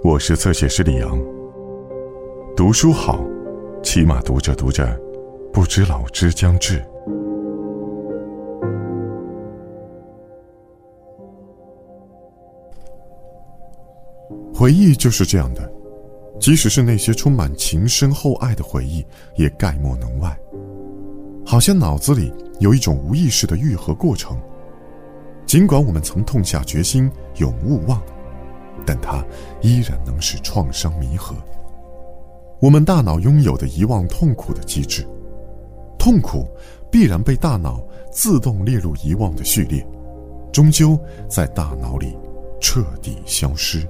我是侧写师李阳。读书好，起码读着读着，不知老之将至。回忆就是这样的，即使是那些充满情深厚爱的回忆，也概莫能外。好像脑子里有一种无意识的愈合过程，尽管我们曾痛下决心永勿忘，但它依然能使创伤弥合。我们大脑拥有的遗忘痛苦的机制，痛苦必然被大脑自动列入遗忘的序列，终究在大脑里彻底消失。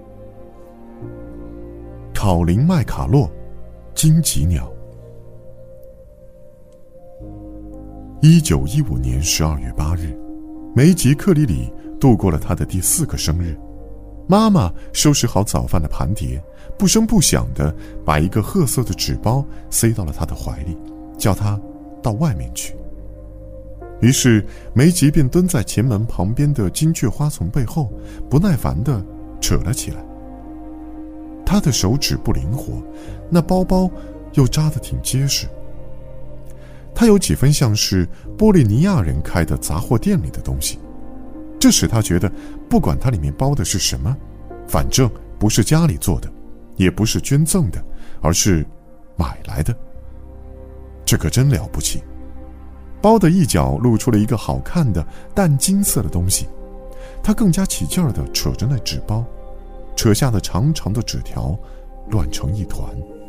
考林麦卡洛，荆棘鸟。1915年12月8日，梅吉克里里度过了他的第4个生日。妈妈收拾好早饭的盘碟，不声不响地把一个褐色的纸包塞到了他的怀里，叫他到外面去。于是梅吉便蹲在前门旁边的金雀花丛背后，不耐烦地扯了起来。他的手指不灵活，那包包又扎得挺结实。它有几分像是波利尼亚人开的杂货店里的东西，这使他觉得不管它里面包的是什么，反正不是家里做的，也不是捐赠的，而是买来的。这可真了不起。包的一角露出了一个好看的淡金色的东西，他更加起劲儿地扯着那纸包，扯下的长长的纸条乱成一团。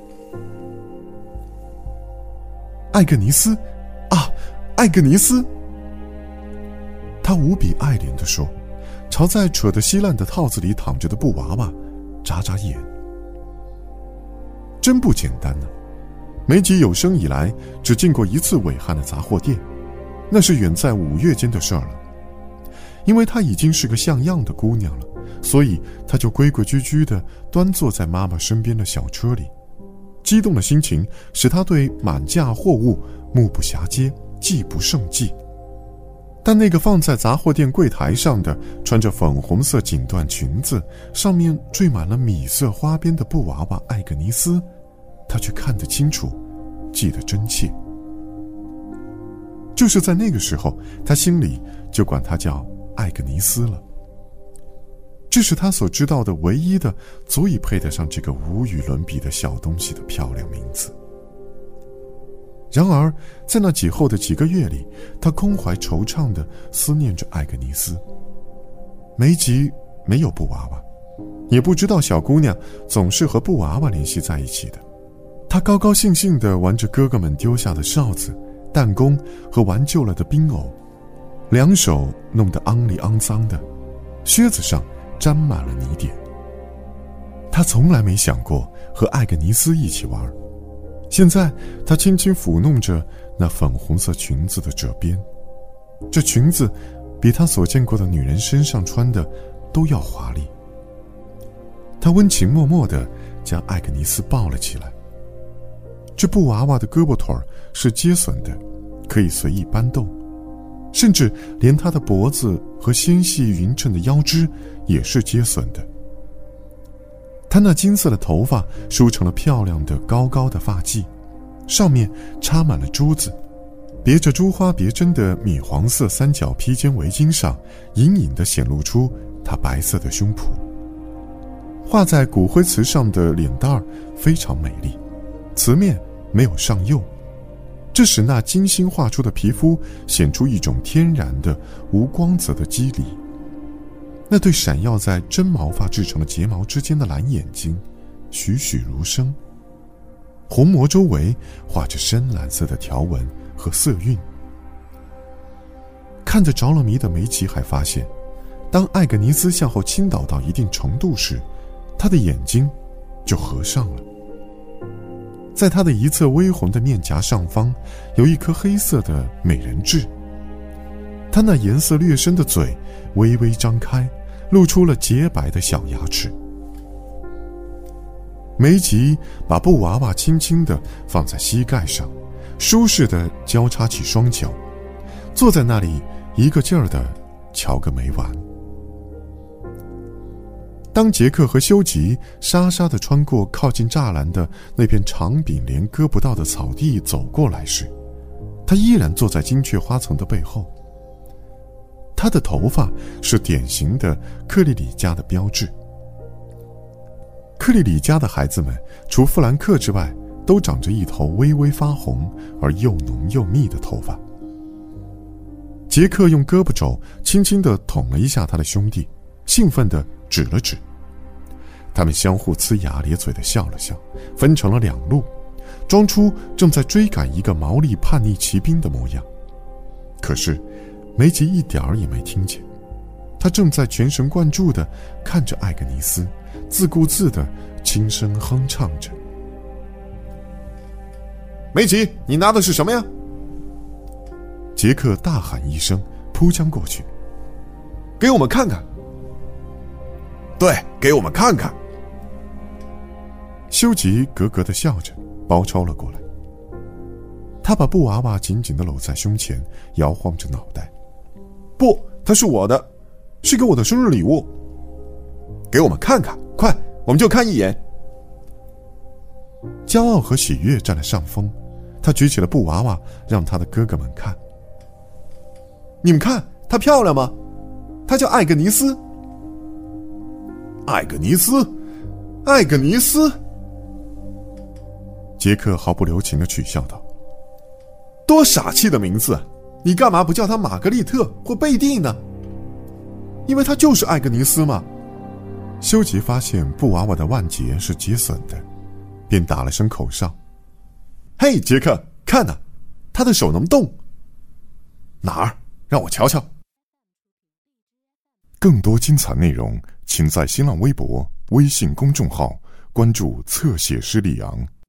艾格尼斯啊，艾格尼斯！他无比爱怜地说，朝在扯得稀烂的套子里躺着的布娃娃眨眨眼。真不简单呢。梅吉有生以来只进过一次伟汉的杂货店，那是远在5月间的事儿了。因为她已经是个像样的姑娘了，所以她就规规矩矩地端坐在妈妈身边的小车里。激动的心情使他对满架货物目不暇接，记不胜记。但那个放在杂货店柜台上的穿着粉红色锦缎裙子，上面缀满了米色花边的布娃娃艾格尼斯，他却看得清楚，记得真切。就是在那个时候，他心里就管她叫艾格尼斯了。这是他所知道的唯一的足以配得上这个无与伦比的小东西的漂亮名字。然而在那几后的几个月里，他空怀惆怅地思念着艾格尼斯。梅吉没有布娃娃，也不知道小姑娘总是和布娃娃联系在一起的。他高高兴兴地玩着哥哥们丢下的哨子、弹弓和玩旧了的冰偶，两手弄得肮里肮脏的，靴子上沾满了泥点。他从来没想过和艾格尼斯一起玩，现在他轻轻抚弄着那粉红色裙子的这边，这裙子比他所见过的女人身上穿的都要华丽。他温情脉脉地将艾格尼斯抱了起来。这布娃娃的胳膊腿是接损的，可以随意搬动，甚至连他的脖子和纤细匀称的腰肢也是接损的。他那金色的头发梳成了漂亮的高高的发髻，上面插满了珠子，别着珠花别针的米黄色三角披肩围巾上隐隐地显露出他白色的胸脯。画在骨灰瓷上的脸蛋儿非常美丽，瓷面没有上釉，这使那精心画出的皮肤显出一种天然的无光泽的肌理。那对闪耀在真毛发制成的睫毛之间的蓝眼睛栩栩如生，虹膜周围画着深蓝色的条纹和色晕。看着着了迷的梅吉还发现，当艾格尼斯向后倾倒到一定程度时，他的眼睛就合上了。在他的一侧微红的面颊上方有一颗黑色的美人痣，他那颜色略深的嘴微微张开，露出了洁白的小牙齿。梅吉把布娃娃轻轻地放在膝盖上，舒适地交叉起双脚，坐在那里一个劲儿地瞧个没完。 当杰克和修吉沙沙地穿过靠近栅栏的那片长柄连割不到的草地走过来时，他依然坐在金雀花丛的背后。他的头发是典型的克里里家的标志。克里里家的孩子们除弗兰克之外，都长着一头微微发红而又浓又密的头发。杰克用胳膊肘轻轻地捅了一下他的兄弟，兴奋地指了指。他们相互呲牙咧嘴地笑了笑，分成了两路，装出正在追赶一个毛利叛逆骑兵的模样。可是梅吉一点儿也没听见，他正在全神贯注地看着艾格尼斯，自顾自地轻声哼唱着。梅吉，你拿的是什么呀？杰克大喊一声，扑将过去。给我们看看。对，给我们看看。修吉咯咯地笑着，包抄了过来。他把布娃娃紧紧地搂在胸前，摇晃着脑袋。不，它是我的，是给我的生日礼物。给我们看看，快，我们就看一眼。骄傲和喜悦占了上风，他举起了布娃娃，让他的哥哥们看。你们看，她漂亮吗？她叫艾格尼斯。艾格尼斯，艾格尼斯。杰克毫不留情地取笑道：“多傻气的名字！你干嘛不叫她玛格丽特或贝蒂呢？因为她就是艾格尼斯嘛。”修吉发现布娃娃的腕节是结损的，便打了声口哨：“嘿，杰克，看呐，她的手能动。哪儿？让我瞧瞧。”更多精彩内容，请在新浪微博、微信公众号关注侧写师李昂。